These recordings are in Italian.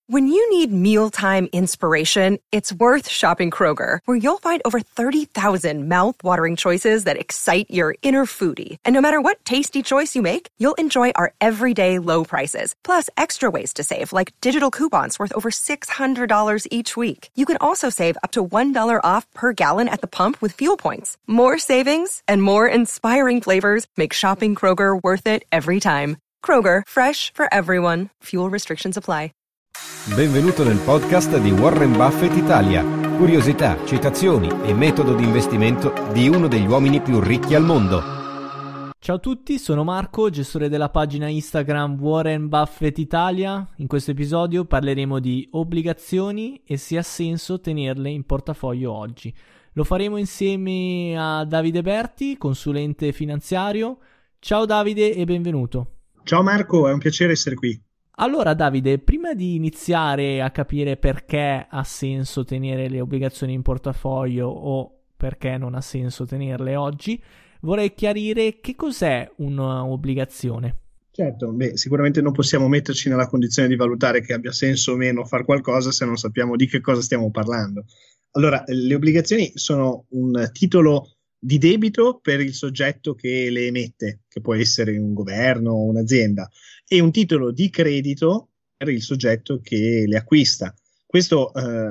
When you need mealtime inspiration, it's worth shopping Kroger, where you'll find over 30,000 mouth-watering choices that excite your inner foodie. And no matter what tasty choice you make, you'll enjoy our everyday low prices, plus extra ways to save, like digital coupons worth over $600 each week. You can also save up to $1 off per gallon at the pump with fuel points. More savings and more inspiring flavors make shopping Kroger worth it every time. Kroger, fresh for everyone. Fuel restrictions apply. Benvenuto nel podcast di Warren Buffett Italia. Curiosità, citazioni e metodo di investimento di uno degli uomini più ricchi al mondo. Ciao a tutti, sono Marco, gestore della pagina Instagram Warren Buffett Italia. In questo episodio parleremo di obbligazioni e se ha senso tenerle in portafoglio oggi. Lo faremo insieme a Davide Berti, consulente finanziario. Ciao Davide e benvenuto. Ciao Marco, è un piacere essere qui. Allora Davide, prima di iniziare a capire perché ha senso tenere le obbligazioni in portafoglio o perché non ha senso tenerle oggi, vorrei chiarire che cos'è un'obbligazione. Certo, sicuramente non possiamo metterci nella condizione di valutare che abbia senso o meno fare qualcosa se non sappiamo di che cosa stiamo parlando. Allora, le obbligazioni sono un titolo di debito per il soggetto che le emette, che può essere un governo o un'azienda, e un titolo di credito per il soggetto che le acquista. Questo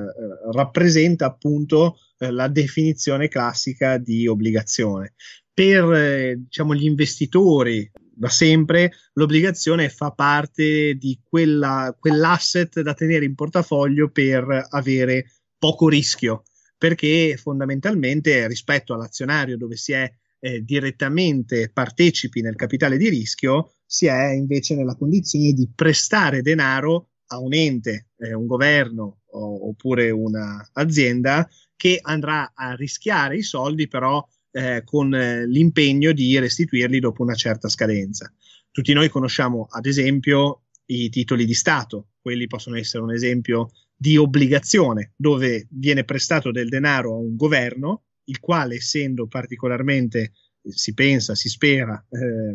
rappresenta appunto la definizione classica di obbligazione. Per gli investitori da sempre l'obbligazione fa parte di quell'asset da tenere in portafoglio per avere poco rischio, perché fondamentalmente rispetto all'azionario dove si è direttamente partecipi nel capitale di rischio, si è invece nella condizione di prestare denaro a un ente, un governo oppure un'azienda che andrà a rischiare i soldi però con l'impegno di restituirli dopo una certa scadenza. Tutti noi conosciamo ad esempio i titoli di Stato, quelli possono essere un esempio di obbligazione dove viene prestato del denaro a un governo, il quale essendo particolarmente, si pensa, si spera,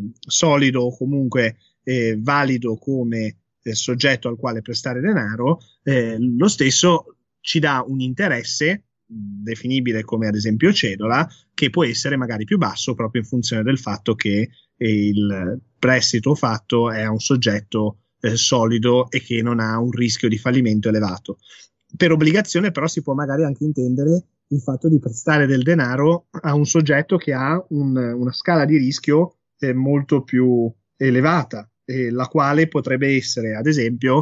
solido o comunque valido come soggetto al quale prestare denaro, lo stesso ci dà un interesse definibile come ad esempio cedola, che può essere magari più basso proprio in funzione del fatto che il prestito fatto è a un soggetto solido e che non ha un rischio di fallimento elevato. Per obbligazione però si può magari anche intendere il fatto di prestare del denaro a un soggetto che ha una scala di rischio molto più elevata, la quale potrebbe essere ad esempio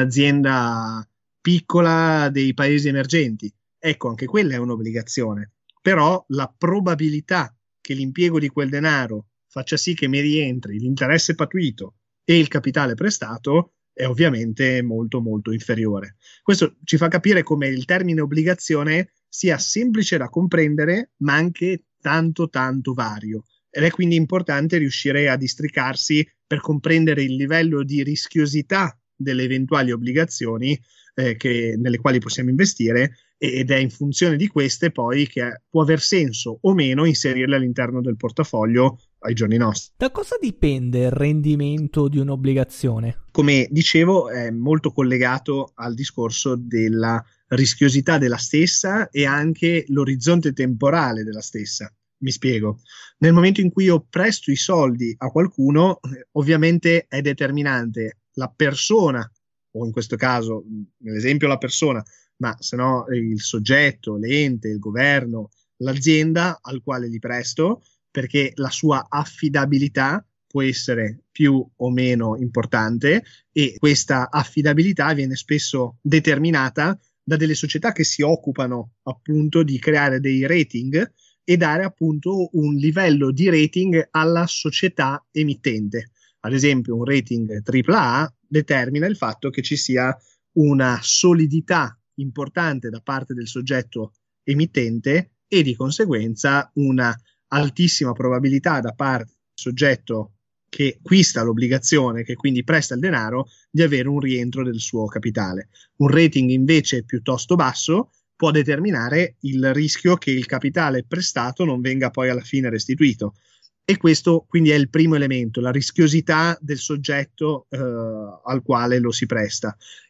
un'azienda piccola dei paesi emergenti. Ecco, anche quella è un'obbligazione, però la probabilità che l'impiego di quel denaro faccia sì che mi rientri l'interesse pattuito e il capitale prestato è ovviamente molto molto inferiore. Questo ci fa capire come il termine obbligazione sia semplice da comprendere ma anche tanto tanto vario, ed è quindi importante riuscire a districarsi per comprendere il livello di rischiosità delle eventuali obbligazioni nelle quali possiamo investire, ed è in funzione di queste poi che può aver senso o meno inserirle all'interno del portafoglio ai giorni nostri. Da cosa dipende il rendimento di un'obbligazione? Come dicevo, è molto collegato al discorso della rischiosità della stessa e anche l'orizzonte temporale della stessa. Mi spiego. Nel momento in cui io presto i soldi a qualcuno, ovviamente è determinante la persona, o in questo caso, nell'esempio la persona, ma se no il soggetto, l'ente, il governo, l'azienda al quale li presto, perché la sua affidabilità può essere più o meno importante e questa affidabilità viene spesso determinata da delle società che si occupano appunto di creare dei rating e dare appunto un livello di rating alla società emittente. Ad esempio un rating AAA determina il fatto che ci sia una solidità importante da parte del soggetto emittente e di conseguenza una altissima probabilità da parte del soggetto che acquista l'obbligazione, che quindi presta il denaro, di avere un rientro del suo capitale. Un rating invece piuttosto basso può determinare il rischio che il capitale prestato non venga poi alla fine restituito. E questo quindi è il primo elemento, la rischiosità del soggetto al quale lo si presta.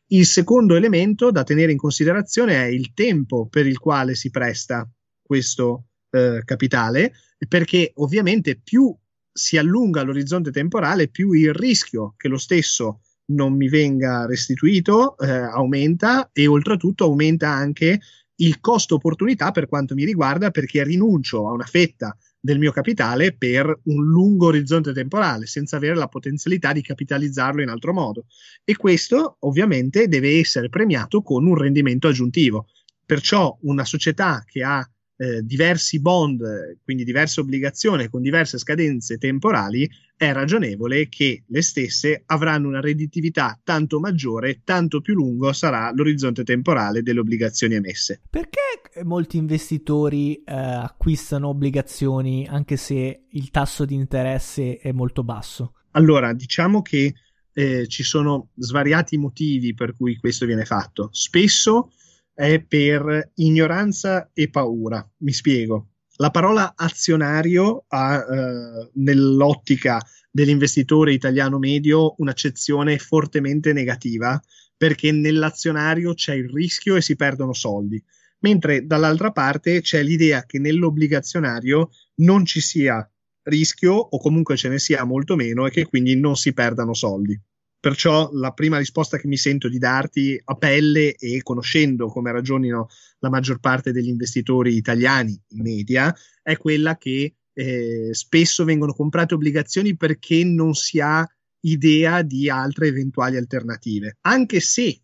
Il secondo elemento da tenere in considerazione è il tempo per il quale si presta questo capitale, perché ovviamente più si allunga l'orizzonte temporale, più il rischio che lo stesso non mi venga restituito aumenta, e oltretutto aumenta anche il costo opportunità per quanto mi riguarda, perché rinuncio a una fetta del mio capitale per un lungo orizzonte temporale senza avere la potenzialità di capitalizzarlo in altro modo, e questo ovviamente deve essere premiato con un rendimento aggiuntivo. Perciò una società che ha diversi bond, quindi diverse obbligazioni con diverse scadenze temporali, è ragionevole che le stesse avranno una redditività tanto maggiore, tanto più lungo sarà l'orizzonte temporale delle obbligazioni emesse. Perché molti investitori acquistano obbligazioni anche se il tasso di interesse è molto basso? Allora, diciamo che ci sono svariati motivi per cui questo viene fatto. Spesso è per ignoranza e paura. Mi spiego. La parola azionario ha nell'ottica dell'investitore italiano medio un'accezione fortemente negativa, perché nell'azionario c'è il rischio e si perdono soldi, mentre dall'altra parte c'è l'idea che nell'obbligazionario non ci sia rischio, o comunque ce ne sia molto meno, e che quindi non si perdano soldi. Perciò la prima risposta che mi sento di darti a pelle, e conoscendo come ragionino la maggior parte degli investitori italiani in media, è quella che spesso vengono comprate obbligazioni perché non si ha idea di altre eventuali alternative. Anche se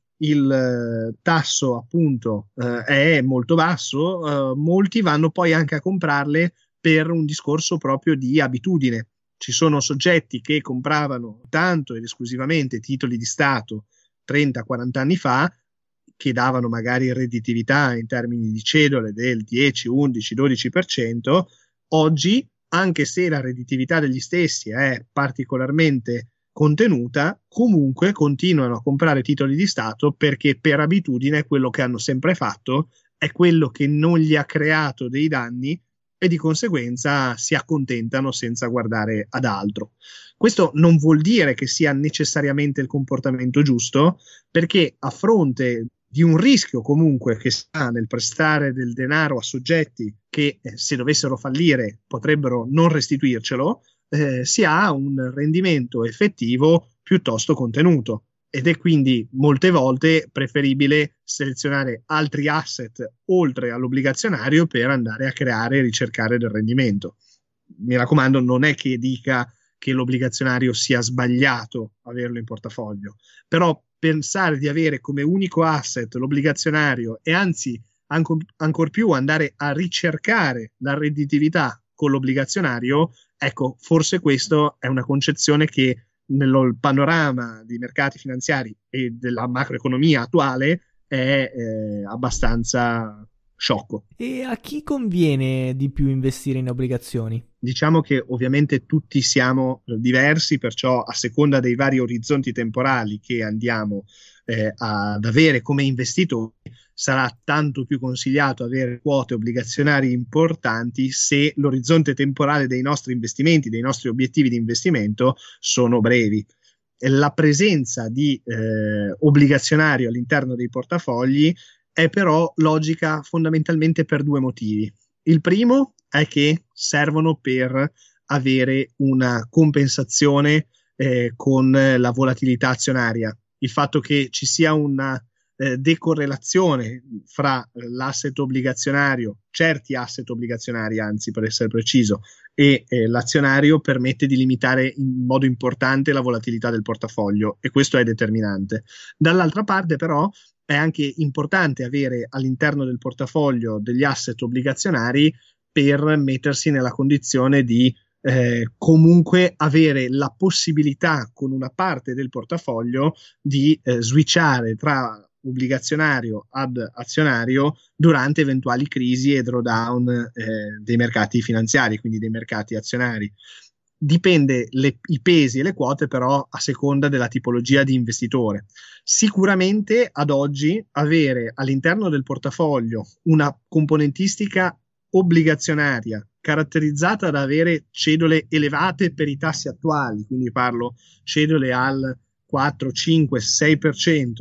il tasso appunto è molto basso, molti vanno poi anche a comprarle per un discorso proprio di abitudine. Ci sono soggetti che compravano tanto ed esclusivamente titoli di Stato 30-40 anni fa, che davano magari redditività in termini di cedole del 10, 11, 12%. Oggi, anche se la redditività degli stessi è particolarmente contenuta, comunque continuano a comprare titoli di Stato perché per abitudine è quello che hanno sempre fatto, è quello che non gli ha creato dei danni, e di conseguenza si accontentano senza guardare ad altro. Questo non vuol dire che sia necessariamente il comportamento giusto, perché a fronte di un rischio comunque che sta nel prestare del denaro a soggetti che se dovessero fallire potrebbero non restituircelo, si ha un rendimento effettivo piuttosto contenuto. Ed è quindi molte volte preferibile selezionare altri asset oltre all'obbligazionario per andare a creare e ricercare del rendimento. Mi raccomando, non è che dica che l'obbligazionario sia sbagliato averlo in portafoglio, però pensare di avere come unico asset l'obbligazionario, e anzi ancor più andare a ricercare la redditività con l'obbligazionario, ecco, forse questa è una concezione che nel panorama dei mercati finanziari e della macroeconomia attuale è abbastanza sciocco. E a chi conviene di più investire in obbligazioni? Diciamo che ovviamente tutti siamo diversi, perciò a seconda dei vari orizzonti temporali che andiamo ad avere come investitori, sarà tanto più consigliato avere quote obbligazionarie importanti se l'orizzonte temporale dei nostri investimenti, dei nostri obiettivi di investimento sono brevi. La presenza di obbligazionario all'interno dei portafogli è però logica fondamentalmente per due motivi. Il primo è che servono per avere una compensazione con la volatilità azionaria. Il fatto che ci sia una decorrelazione fra l'asset obbligazionario, certi asset obbligazionari anzi per essere preciso, e l'azionario permette di limitare in modo importante la volatilità del portafoglio, e questo è determinante. Dall'altra parte però è anche importante avere all'interno del portafoglio degli asset obbligazionari per mettersi nella condizione di comunque avere la possibilità con una parte del portafoglio di switchare tra obbligazionario ad azionario durante eventuali crisi e drawdown dei mercati finanziari, quindi dei mercati azionari. Dipende i pesi e le quote però a seconda della tipologia di investitore. Sicuramente ad oggi avere all'interno del portafoglio una componentistica obbligazionaria caratterizzata da avere cedole elevate per i tassi attuali, quindi parlo cedole al 4, 5, 6%,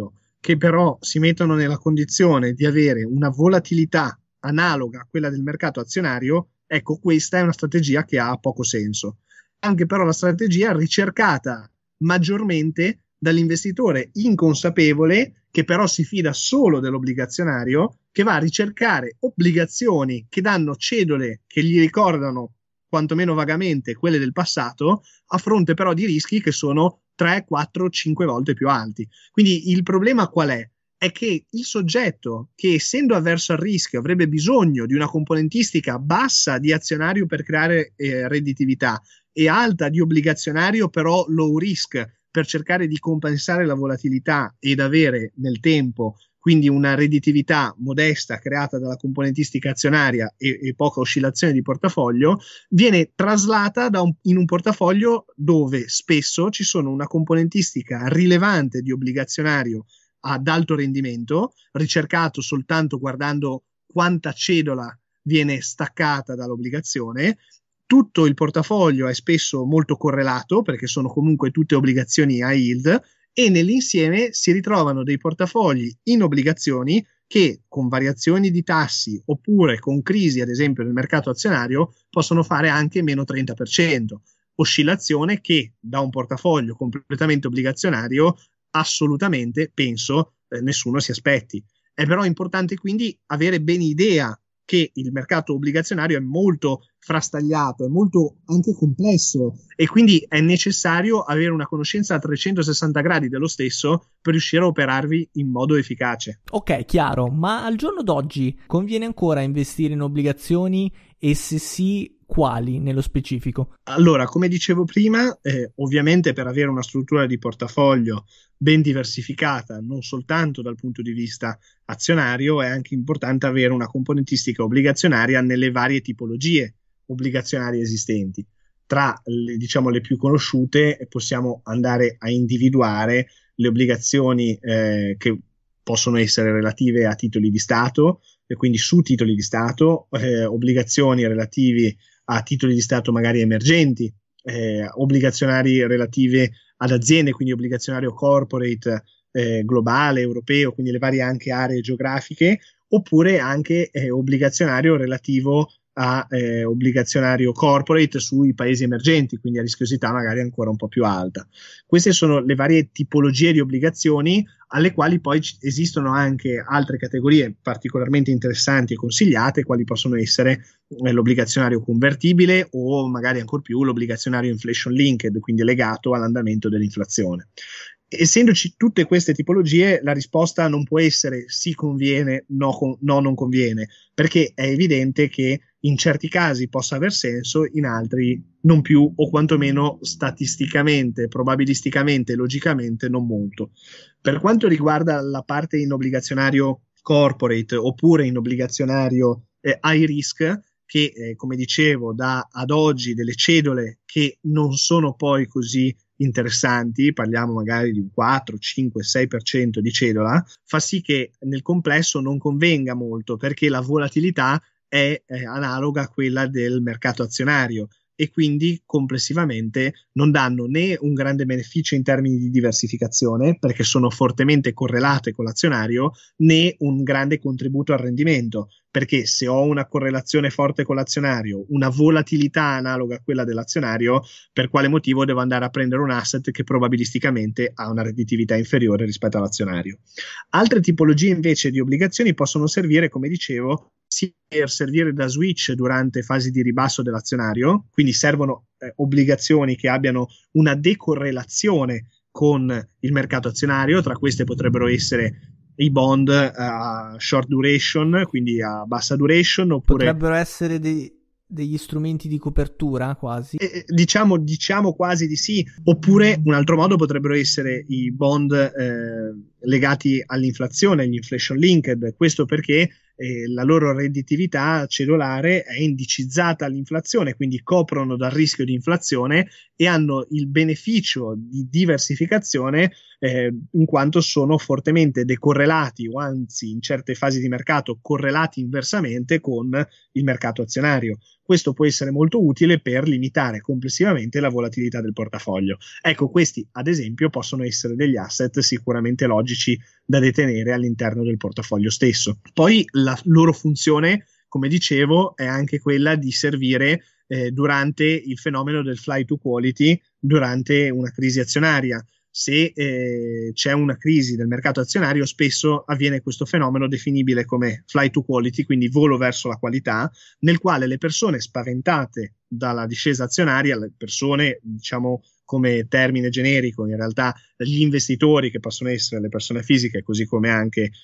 che però si mettono nella condizione di avere una volatilità analoga a quella del mercato azionario, ecco, questa è una strategia che ha poco senso. Anche però la strategia ricercata maggiormente dall'investitore inconsapevole, che però si fida solo dell'obbligazionario, che va a ricercare obbligazioni che danno cedole che gli ricordano quantomeno vagamente quelle del passato, a fronte però di rischi che sono 3, 4, 5 volte più alti. Quindi il problema qual è? È che il soggetto che, essendo avverso al rischio, avrebbe bisogno di una componentistica bassa di azionario per creare redditività e alta di obbligazionario però low risk per cercare di compensare la volatilità ed avere nel tempo quindi una redditività modesta creata dalla componentistica azionaria e poca oscillazione di portafoglio, viene traslata in un portafoglio dove spesso ci sono una componentistica rilevante di obbligazionario ad alto rendimento, ricercato soltanto guardando quanta cedola viene staccata dall'obbligazione. Tutto il portafoglio è spesso molto correlato perché sono comunque tutte obbligazioni high yield, e nell'insieme si ritrovano dei portafogli in obbligazioni che con variazioni di tassi oppure con crisi ad esempio nel mercato azionario possono fare anche meno 30%, oscillazione che da un portafoglio completamente obbligazionario assolutamente penso nessuno si aspetti. È però importante quindi avere ben idea che il mercato obbligazionario è molto frastagliato, è molto anche complesso e quindi è necessario avere una conoscenza a 360 gradi dello stesso per riuscire a operarvi in modo efficace. Ok, chiaro, ma al giorno d'oggi conviene ancora investire in obbligazioni e se sì, quali nello specifico? Allora, come dicevo prima, ovviamente per avere una struttura di portafoglio ben diversificata, non soltanto dal punto di vista azionario, è anche importante avere una componentistica obbligazionaria nelle varie tipologie obbligazionarie esistenti. Tra le più conosciute possiamo andare a individuare le obbligazioni che possono essere relative a titoli di Stato, e quindi su titoli di Stato, obbligazioni relative a titoli di Stato magari emergenti, obbligazionari relative ad aziende, quindi obbligazionario corporate globale, europeo, quindi le varie anche aree geografiche, oppure anche obbligazionario relativo a obbligazionario corporate sui paesi emergenti, quindi a rischiosità magari ancora un po' più alta. Queste sono le varie tipologie di obbligazioni, alle quali poi esistono anche altre categorie particolarmente interessanti e consigliate, quali possono essere l'obbligazionario convertibile o magari ancor più l'obbligazionario inflation linked, quindi legato all'andamento dell'inflazione. Essendoci tutte queste tipologie, la risposta non può essere sì conviene, no non conviene, perché è evidente che in certi casi possa aver senso, in altri non più, o quantomeno statisticamente, probabilisticamente, logicamente non molto. Per quanto riguarda la parte in obbligazionario corporate oppure in obbligazionario high risk, che come dicevo dà ad oggi delle cedole che non sono poi così interessanti, parliamo magari di un 4, 5, 6% di cedola, fa sì che nel complesso non convenga molto perché la volatilità è analoga a quella del mercato azionario e quindi complessivamente non danno né un grande beneficio in termini di diversificazione perché sono fortemente correlate con l'azionario, né un grande contributo al rendimento, perché se ho una correlazione forte con l'azionario, una volatilità analoga a quella dell'azionario, per quale motivo devo andare a prendere un asset che probabilisticamente ha una redditività inferiore rispetto all'azionario. Altre tipologie invece di obbligazioni possono servire, come dicevo, sia per servire da switch durante fasi di ribasso dell'azionario, quindi servono obbligazioni che abbiano una decorrelazione con il mercato azionario, tra queste potrebbero essere i bond a short duration, quindi a bassa duration, oppure potrebbero essere degli strumenti di copertura quasi? Diciamo quasi di sì, oppure un altro modo potrebbero essere i bond legati all'inflazione, gli inflation linked, questo perché la loro redditività cedolare è indicizzata all'inflazione, quindi coprono dal rischio di inflazione e hanno il beneficio di diversificazione in quanto sono fortemente decorrelati o anzi in certe fasi di mercato correlati inversamente con il mercato azionario. Questo può essere molto utile per limitare complessivamente la volatilità del portafoglio. Ecco, questi ad esempio possono essere degli asset sicuramente logici da detenere all'interno del portafoglio stesso. Poi la loro funzione, come dicevo, è anche quella di servire durante il fenomeno del flight to quality durante una crisi azionaria. Se c'è una crisi del mercato azionario, spesso avviene questo fenomeno definibile come flight to quality, quindi volo verso la qualità, nel quale le persone spaventate dalla discesa azionaria, le persone, diciamo come termine generico, in realtà gli investitori, che possono essere le persone fisiche, così come anche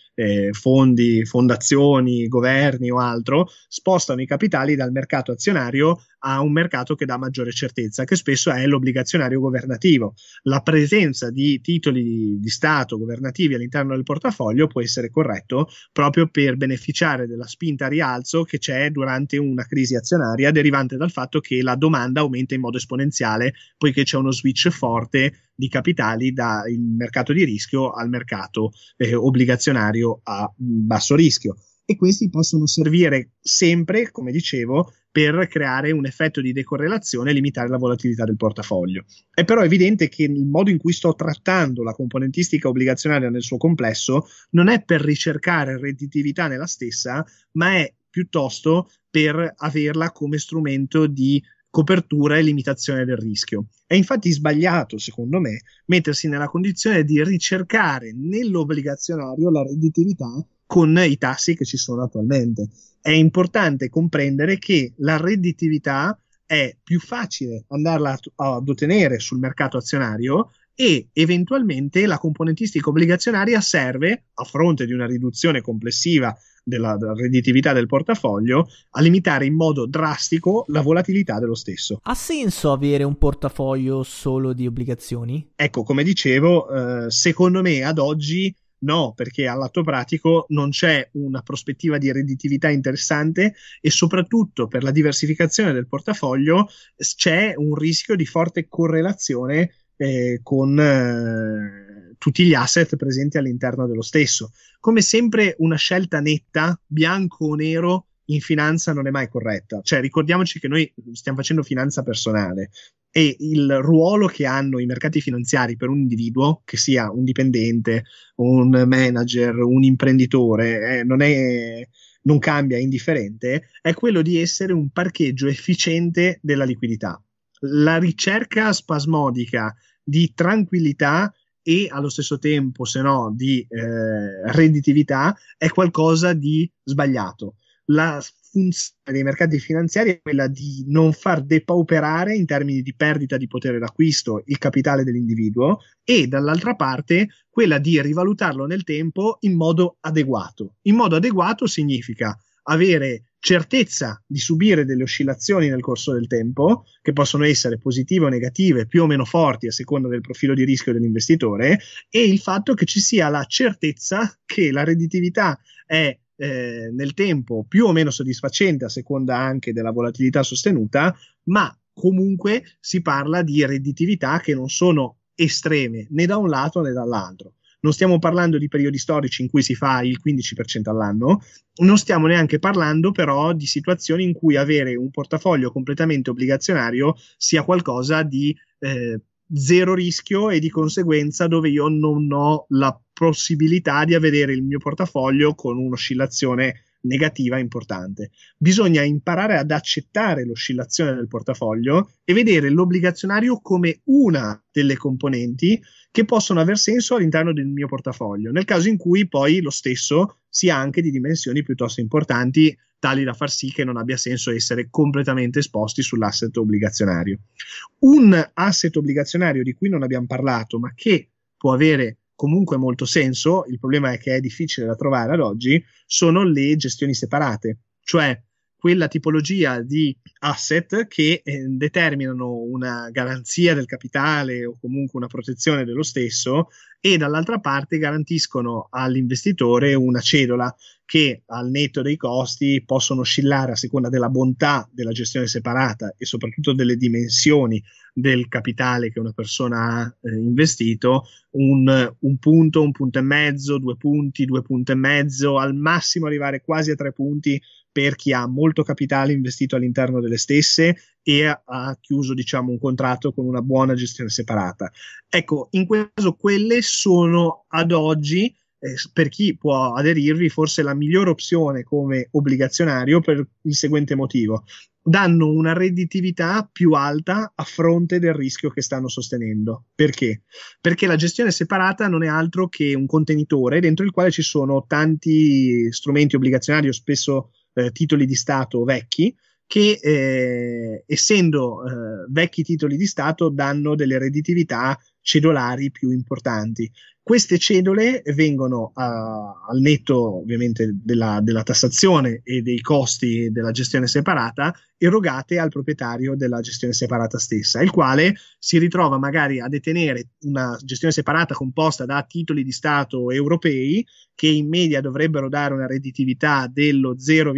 fondi, fondazioni, governi o altro, spostano i capitali dal mercato azionario a un mercato che dà maggiore certezza, che spesso è l'obbligazionario governativo. La presenza di titoli di Stato governativi all'interno del portafoglio può essere corretto proprio per beneficiare della spinta a rialzo che c'è durante una crisi azionaria, derivante dal fatto che la domanda aumenta in modo esponenziale, poiché c'è uno switch forte di capitali dal mercato di rischio al mercato obbligazionario a basso rischio. E questi possono servire sempre, come dicevo, per creare un effetto di decorrelazione e limitare la volatilità del portafoglio. È però evidente che il modo in cui sto trattando la componentistica obbligazionaria nel suo complesso non è per ricercare redditività nella stessa, ma è piuttosto per averla come strumento di copertura e limitazione del rischio. È infatti sbagliato, secondo me, mettersi nella condizione di ricercare nell'obbligazionario la redditività con i tassi che ci sono attualmente. È importante comprendere che la redditività è più facile andarla ad ottenere sul mercato azionario e eventualmente la componentistica obbligazionaria serve, a fronte di una riduzione complessiva della redditività del portafoglio, a limitare in modo drastico la volatilità dello stesso. Ha senso avere un portafoglio solo di obbligazioni? Ecco, come dicevo, secondo me ad oggi no, perché all'atto pratico non c'è una prospettiva di redditività interessante e soprattutto per la diversificazione del portafoglio c'è un rischio di forte correlazione con tutti gli asset presenti all'interno dello stesso. Come sempre, una scelta netta, bianco o nero, in finanza non è mai corretta. Cioè, ricordiamoci che noi stiamo facendo finanza personale e il ruolo che hanno i mercati finanziari per un individuo, che sia un dipendente, un manager, un imprenditore, non cambia, è indifferente, è quello di essere un parcheggio efficiente della liquidità. La ricerca spasmodica di tranquillità e allo stesso tempo, se no, di redditività è qualcosa di sbagliato. La funzione dei mercati finanziari è quella di non far depauperare in termini di perdita di potere d'acquisto il capitale dell'individuo e dall'altra parte quella di rivalutarlo nel tempo in modo adeguato. In modo adeguato significa avere certezza di subire delle oscillazioni nel corso del tempo, che possono essere positive o negative, più o meno forti a seconda del profilo di rischio dell'investitore, e il fatto che ci sia la certezza che la redditività è nel tempo più o meno soddisfacente a seconda anche della volatilità sostenuta, ma comunque si parla di redditività che non sono estreme né da un lato né dall'altro. Non stiamo parlando di periodi storici in cui si fa il 15% all'anno, non stiamo neanche parlando però di situazioni in cui avere un portafoglio completamente obbligazionario sia qualcosa di zero rischio e di conseguenza dove io non ho la possibilità di avere il mio portafoglio con un'oscillazione negativa importante. Bisogna imparare ad accettare l'oscillazione del portafoglio e vedere l'obbligazionario come una delle componenti che possono aver senso all'interno del mio portafoglio, nel caso in cui poi lo stesso sia anche di dimensioni piuttosto importanti, tali da far sì che non abbia senso essere completamente esposti sull'asset obbligazionario. Un asset obbligazionario di cui non abbiamo parlato, ma che può avere comunque molto senso, il problema è che è difficile da trovare ad oggi, sono le gestioni separate, cioè quella tipologia di asset che determinano una garanzia del capitale o comunque una protezione dello stesso e dall'altra parte garantiscono all'investitore una cedola che al netto dei costi possono oscillare a seconda della bontà della gestione separata e soprattutto delle dimensioni del capitale che una persona ha investito, un punto, un punto e mezzo, 2 punti, 2 punti e mezzo, al massimo arrivare quasi a 3 punti per chi ha molto capitale investito all'interno delle stesse e ha chiuso, diciamo, un contratto con una buona gestione separata. Ecco, in questo caso quelle sono ad oggi, per chi può aderirvi, forse la migliore opzione come obbligazionario per il seguente motivo: danno una redditività più alta a fronte del rischio che stanno sostenendo. Perché? Perché la gestione separata non è altro che un contenitore dentro il quale ci sono tanti strumenti obbligazionari o spesso titoli di Stato vecchi che essendo vecchi titoli di Stato danno delle redditività cedolari più importanti. Queste cedole vengono al netto ovviamente della tassazione e dei costi della gestione separata erogate al proprietario della gestione separata stessa, il quale si ritrova magari a detenere una gestione separata composta da titoli di Stato europei che in media dovrebbero dare una redditività dello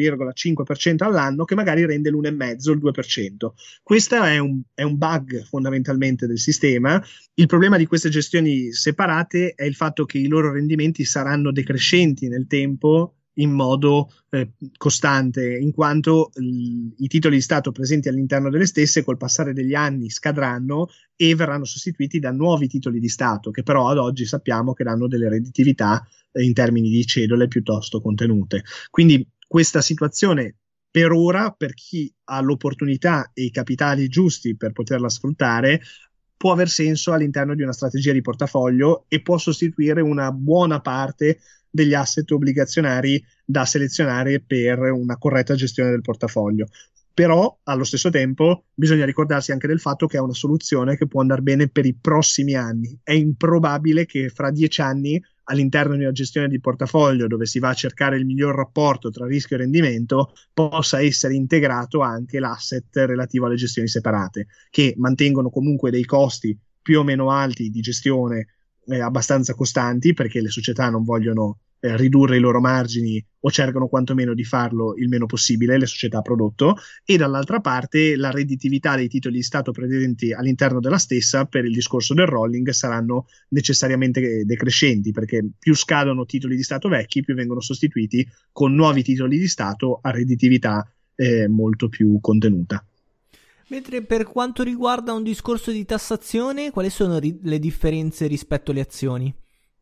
0,5% all'anno, che magari rende l'1,5%, il 2%. Questo è un bug fondamentalmente del sistema. Il problema di queste gestioni separate è il fatto che i loro rendimenti saranno decrescenti nel tempo in modo costante, in quanto i titoli di Stato presenti all'interno delle stesse col passare degli anni scadranno e verranno sostituiti da nuovi titoli di Stato, che però ad oggi sappiamo che danno delle redditività in termini di cedole piuttosto contenute. Quindi questa situazione, per ora, per chi ha l'opportunità e i capitali giusti per poterla sfruttare, può aver senso all'interno di una strategia di portafoglio e può sostituire una buona parte degli asset obbligazionari da selezionare per una corretta gestione del portafoglio. Però allo stesso tempo bisogna ricordarsi anche del fatto che è una soluzione che può andare bene per i prossimi anni. È improbabile che fra 10 anni all'interno di una gestione di portafoglio dove si va a cercare il miglior rapporto tra rischio e rendimento possa essere integrato anche l'asset relativo alle gestioni separate, che mantengono comunque dei costi più o meno alti di gestione abbastanza costanti, perché le società non vogliono ridurre i loro margini o cercano quantomeno di farlo il meno possibile, le società prodotto, e dall'altra parte la redditività dei titoli di Stato presenti all'interno della stessa, per il discorso del rolling, saranno necessariamente decrescenti, perché più scadono titoli di Stato vecchi, più vengono sostituiti con nuovi titoli di Stato a redditività molto più contenuta. Mentre per quanto riguarda un discorso di tassazione, quali sono le differenze rispetto alle azioni?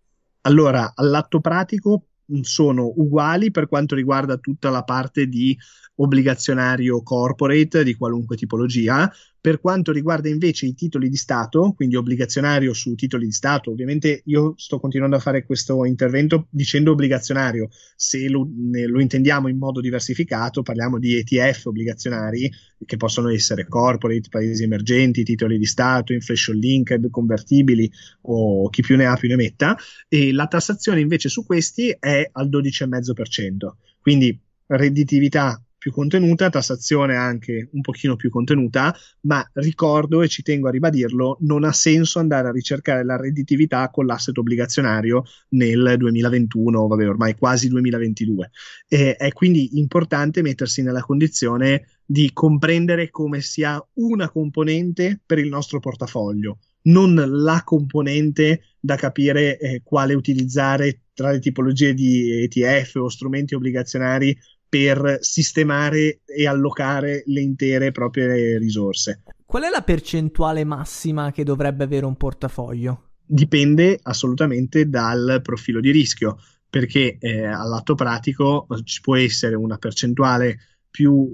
Allora, all'atto pratico sono uguali per quanto riguarda tutta la parte di obbligazionario corporate di qualunque tipologia. Per quanto riguarda invece i titoli di Stato, quindi obbligazionario su titoli di Stato, ovviamente io sto continuando a fare questo intervento dicendo obbligazionario, se lo intendiamo in modo diversificato parliamo di ETF obbligazionari che possono essere corporate, paesi emergenti, titoli di Stato, inflation linked, convertibili o chi più ne ha più ne metta, e la tassazione invece su questi è al 12,5%, quindi redditività più contenuta, tassazione anche un pochino più contenuta, ma ricordo e ci tengo a ribadirlo, non ha senso andare a ricercare la redditività con l'asset obbligazionario nel 2021, ormai quasi 2022. È quindi importante mettersi nella condizione di comprendere come sia una componente per il nostro portafoglio, non la componente da capire quale utilizzare tra le tipologie di ETF o strumenti obbligazionari per sistemare e allocare le intere proprie risorse. Qual è la percentuale massima che dovrebbe avere un portafoglio? Dipende assolutamente dal profilo di rischio, perché all'atto pratico ci può essere una percentuale più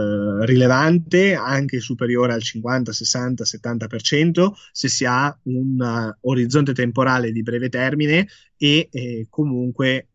rilevante, anche superiore al 50, 60, 70%, se si ha un orizzonte temporale di breve termine e comunque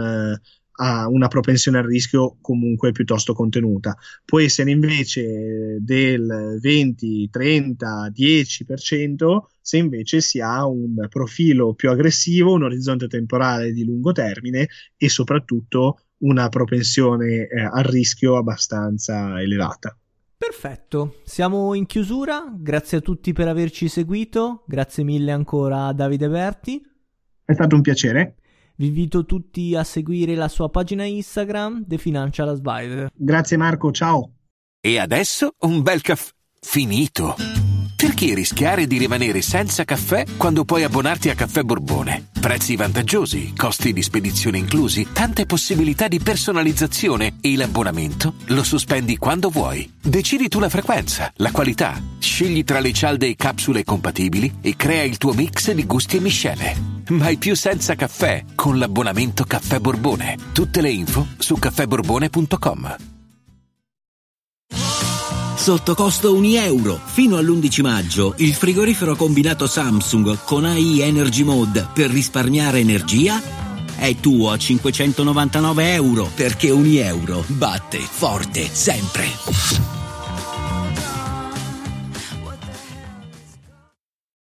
ha una propensione al rischio comunque piuttosto contenuta. Può essere invece del 20, 30, 10% se invece si ha un profilo più aggressivo, un orizzonte temporale di lungo termine e soprattutto una propensione al rischio abbastanza elevata. Perfetto, siamo in chiusura, grazie a tutti per averci seguito, grazie mille ancora a Davide Berti. È stato un piacere. Vi invito tutti a seguire la sua pagina Instagram, The Financial Advisor. Grazie Marco, ciao. E adesso un bel caffè finito. Perché rischiare di rimanere senza caffè quando puoi abbonarti a Caffè Borbone? Prezzi vantaggiosi, costi di spedizione inclusi, tante possibilità di personalizzazione e l'abbonamento lo sospendi quando vuoi. Decidi tu la frequenza, la qualità, scegli tra le cialde e capsule compatibili e crea il tuo mix di gusti e miscele. Mai più senza caffè con l'abbonamento Caffè Borbone. Tutte le info su caffèborbone.com. Sotto costo €1. Fino all'11 maggio il frigorifero combinato Samsung con AI Energy Mode per risparmiare energia è tuo a €599, perché €1 batte forte sempre.